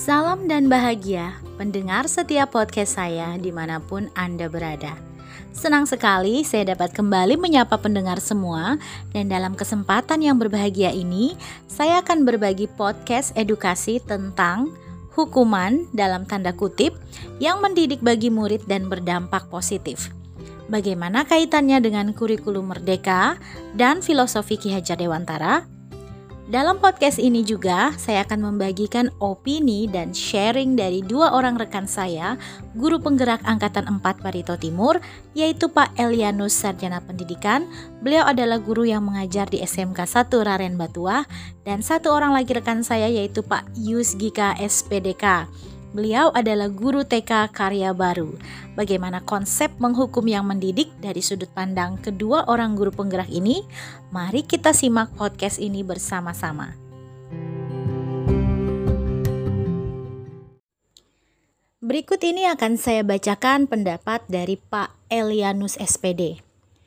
Salam dan bahagia pendengar setiap podcast saya dimanapun Anda berada. Senang sekali saya dapat kembali menyapa pendengar semua, dan dalam kesempatan yang berbahagia ini saya akan berbagi podcast edukasi tentang hukuman dalam tanda kutip yang mendidik bagi murid dan berdampak positif. Bagaimana kaitannya dengan kurikulum Merdeka dan filosofi Ki Hajar Dewantara? Dalam podcast ini juga saya akan membagikan opini dan sharing dari dua orang rekan saya, guru penggerak Angkatan 4 Barito Timur, yaitu Pak Elianus Sarjana Pendidikan. Beliau adalah guru yang mengajar di SMK 1 Raren Batuah, dan satu orang lagi rekan saya yaitu Pak Yusgika SPDK. Beliau adalah guru TK Karya Baru. Bagaimana konsep menghukum yang mendidik dari sudut pandang kedua orang guru penggerak ini? Mari kita simak podcast ini bersama-sama. Berikut ini akan saya bacakan pendapat dari Pak Elianus SPD.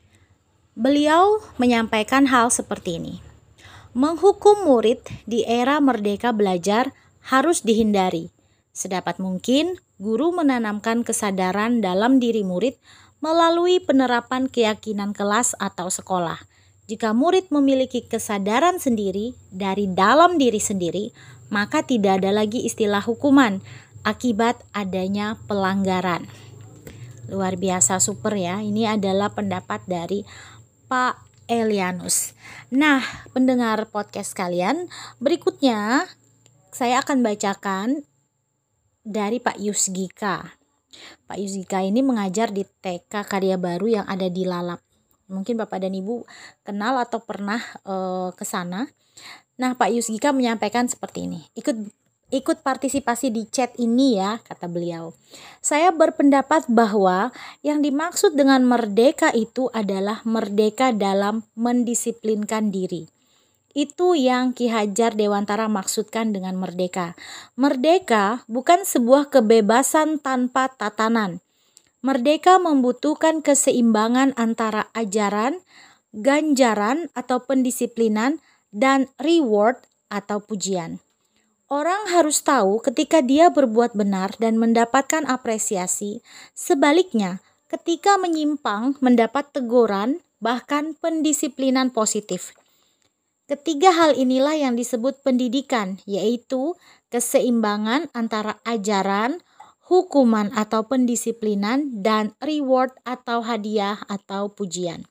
Beliau menyampaikan hal seperti ini. Menghukum murid di era merdeka belajar harus dihindari. Sedapat mungkin, guru menanamkan kesadaran dalam diri murid melalui penerapan keyakinan kelas atau sekolah. Jika murid memiliki kesadaran sendiri dari dalam diri sendiri, maka tidak ada lagi istilah hukuman akibat adanya pelanggaran. Luar biasa, super ya. Ini adalah pendapat dari Pak Elianus. Nah, pendengar podcast kalian, berikutnya saya akan bacakan dari Pak Yusgika. Pak Yusgika ini mengajar di TK Karya Baru yang ada di Lalap. Mungkin Bapak dan Ibu kenal atau pernah ke sana. Nah, Pak Yusgika menyampaikan seperti ini. Ikut partisipasi di chat ini ya, kata beliau. Saya berpendapat bahwa yang dimaksud dengan merdeka itu adalah merdeka dalam mendisiplinkan diri. Itu yang Ki Hajar Dewantara maksudkan dengan merdeka. Merdeka bukan sebuah kebebasan tanpa tatanan. Merdeka membutuhkan keseimbangan antara ajaran, ganjaran atau pendisiplinan, dan reward atau pujian. Orang harus tahu ketika dia berbuat benar dan mendapatkan apresiasi. Sebaliknya, ketika menyimpang mendapat teguran, bahkan pendisiplinan positif. Ketiga hal inilah yang disebut pendidikan, yaitu keseimbangan antara ajaran, hukuman atau pendisiplinan, dan reward atau hadiah atau pujian.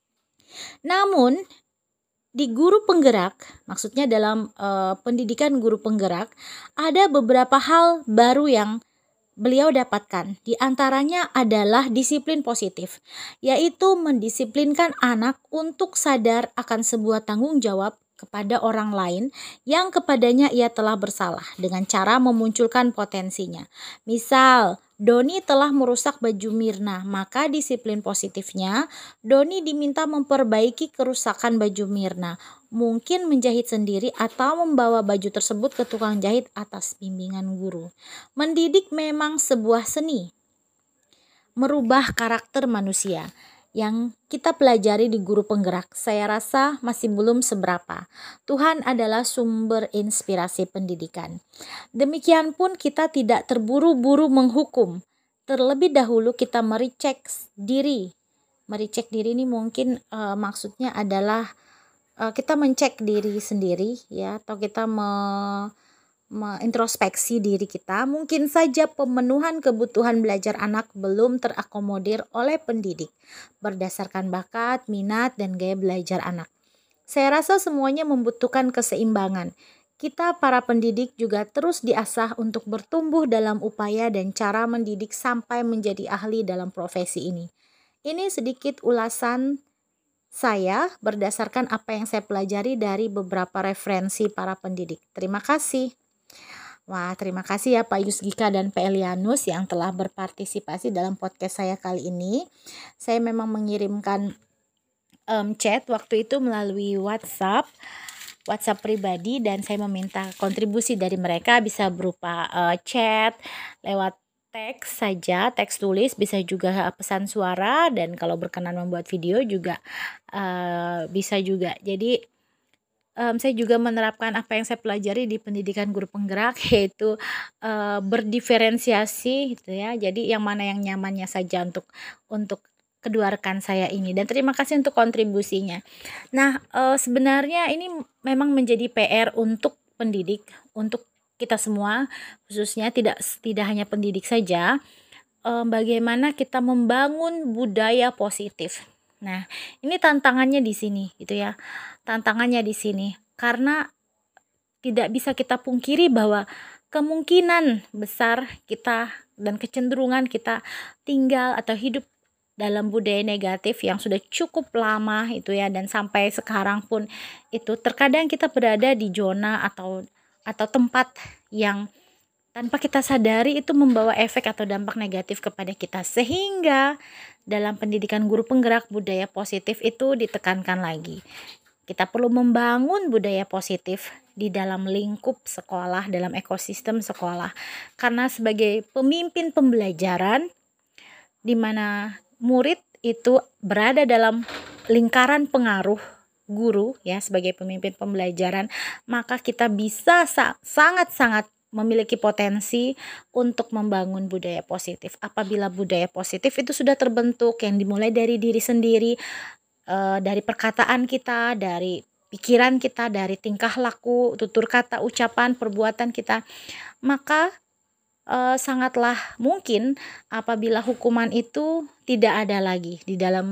Namun, di guru penggerak, maksudnya dalam pendidikan guru penggerak, ada beberapa hal baru yang beliau dapatkan. Di antaranya adalah disiplin positif, yaitu mendisiplinkan anak untuk sadar akan sebuah tanggung jawab kepada orang lain yang kepadanya ia telah bersalah dengan cara memunculkan potensinya. Misal, Doni telah merusak baju Mirna, maka disiplin positifnya Doni diminta memperbaiki kerusakan baju Mirna. Mungkin menjahit sendiri atau membawa baju tersebut ke tukang jahit atas bimbingan guru. Mendidik memang sebuah seni, merubah karakter manusia. Yang kita pelajari di guru penggerak, saya rasa masih belum seberapa. Tuhan adalah sumber inspirasi pendidikan. Demikian pun kita tidak terburu-buru menghukum. Terlebih dahulu kita mericek diri. Mericek diri ini mungkin maksudnya adalah kita mencek diri sendiri ya, atau kita introspeksi diri kita. Mungkin saja pemenuhan kebutuhan belajar anak belum terakomodir oleh pendidik berdasarkan bakat, minat, dan gaya belajar anak. Saya rasa semuanya membutuhkan keseimbangan. Kita para pendidik juga terus diasah untuk bertumbuh dalam upaya dan cara mendidik sampai menjadi ahli dalam profesi ini. Ini sedikit ulasan saya berdasarkan apa yang saya pelajari dari beberapa referensi para pendidik. Terima kasih. Wah, terima kasih ya Pak Yusgika dan Pak Elianus yang telah berpartisipasi dalam podcast saya kali ini. Saya memang mengirimkan chat waktu itu melalui WhatsApp pribadi, dan saya meminta kontribusi dari mereka, bisa berupa chat, lewat teks saja, teks tulis, bisa juga pesan suara, dan kalau berkenan membuat video juga bisa juga. Jadi saya juga menerapkan apa yang saya pelajari di pendidikan guru penggerak, yaitu berdiferensiasi gitu ya. Jadi yang mana yang nyamannya saja untuk kedua rekan saya ini, dan terima kasih untuk kontribusinya. Nah, sebenarnya ini memang menjadi PR untuk pendidik, untuk kita semua, khususnya tidak tidak hanya pendidik saja, bagaimana kita membangun budaya positif. Nah, ini tantangannya di sini gitu ya. Tantangannya di sini karena tidak bisa kita pungkiri bahwa kemungkinan besar kita dan kecenderungan kita tinggal atau hidup dalam budaya negatif yang sudah cukup lama itu ya, dan sampai sekarang pun itu terkadang kita berada di zona atau tempat yang tanpa kita sadari itu membawa efek atau dampak negatif kepada kita, sehingga dalam pendidikan guru penggerak budaya positif itu ditekankan lagi. Kita perlu membangun budaya positif di dalam lingkup sekolah, dalam ekosistem sekolah. Karena sebagai pemimpin pembelajaran, di mana murid itu berada dalam lingkaran pengaruh guru ya sebagai pemimpin pembelajaran, maka kita bisa sangat-sangat memiliki potensi untuk membangun budaya positif. Apabila budaya positif itu sudah terbentuk, yang dimulai dari diri sendiri, dari perkataan kita, dari pikiran kita, dari tingkah laku, tutur kata, ucapan, perbuatan kita, maka sangatlah mungkin apabila hukuman itu tidak ada lagi di dalam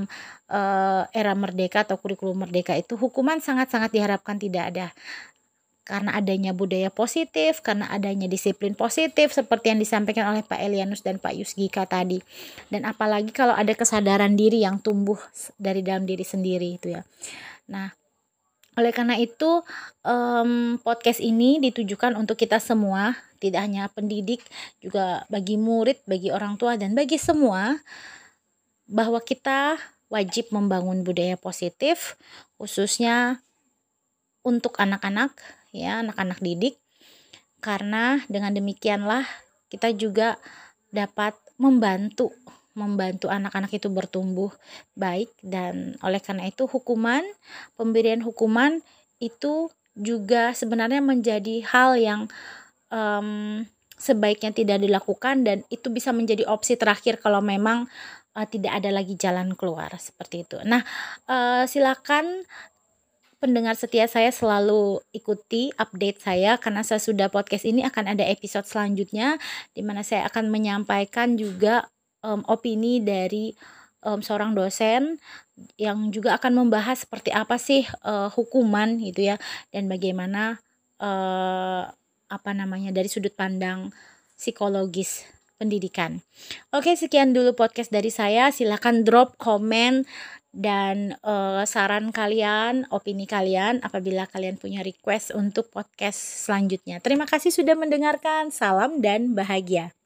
era merdeka atau kurikulum merdeka, itu hukuman sangat-sangat diharapkan tidak ada. Karena adanya budaya positif, karena adanya disiplin positif seperti yang disampaikan oleh Pak Elianus dan Pak Yusgika tadi. Dan apalagi kalau ada kesadaran diri yang tumbuh dari dalam diri sendiri itu ya. Nah, oleh karena itu podcast ini ditujukan untuk kita semua, tidak hanya pendidik, juga bagi murid, bagi orang tua, dan bagi semua, bahwa kita wajib membangun budaya positif, khususnya untuk anak-anak ya, anak-anak didik, karena dengan demikianlah kita juga dapat membantu anak-anak itu bertumbuh baik. Dan oleh karena itu pemberian hukuman itu juga sebenarnya menjadi hal yang sebaiknya tidak dilakukan, dan itu bisa menjadi opsi terakhir kalau memang tidak ada lagi jalan keluar seperti itu. Nah, silakan pendengar setia saya selalu ikuti update saya, karena saya sudah podcast ini akan ada episode selanjutnya di mana saya akan menyampaikan juga opini dari seorang dosen yang juga akan membahas seperti apa sih hukuman gitu ya, dan bagaimana dari sudut pandang psikologis pendidikan. Oke, sekian dulu podcast dari saya. Silakan drop komen dan saran kalian, opini kalian apabila kalian punya request untuk podcast selanjutnya. Terima kasih sudah mendengarkan. Salam dan bahagia.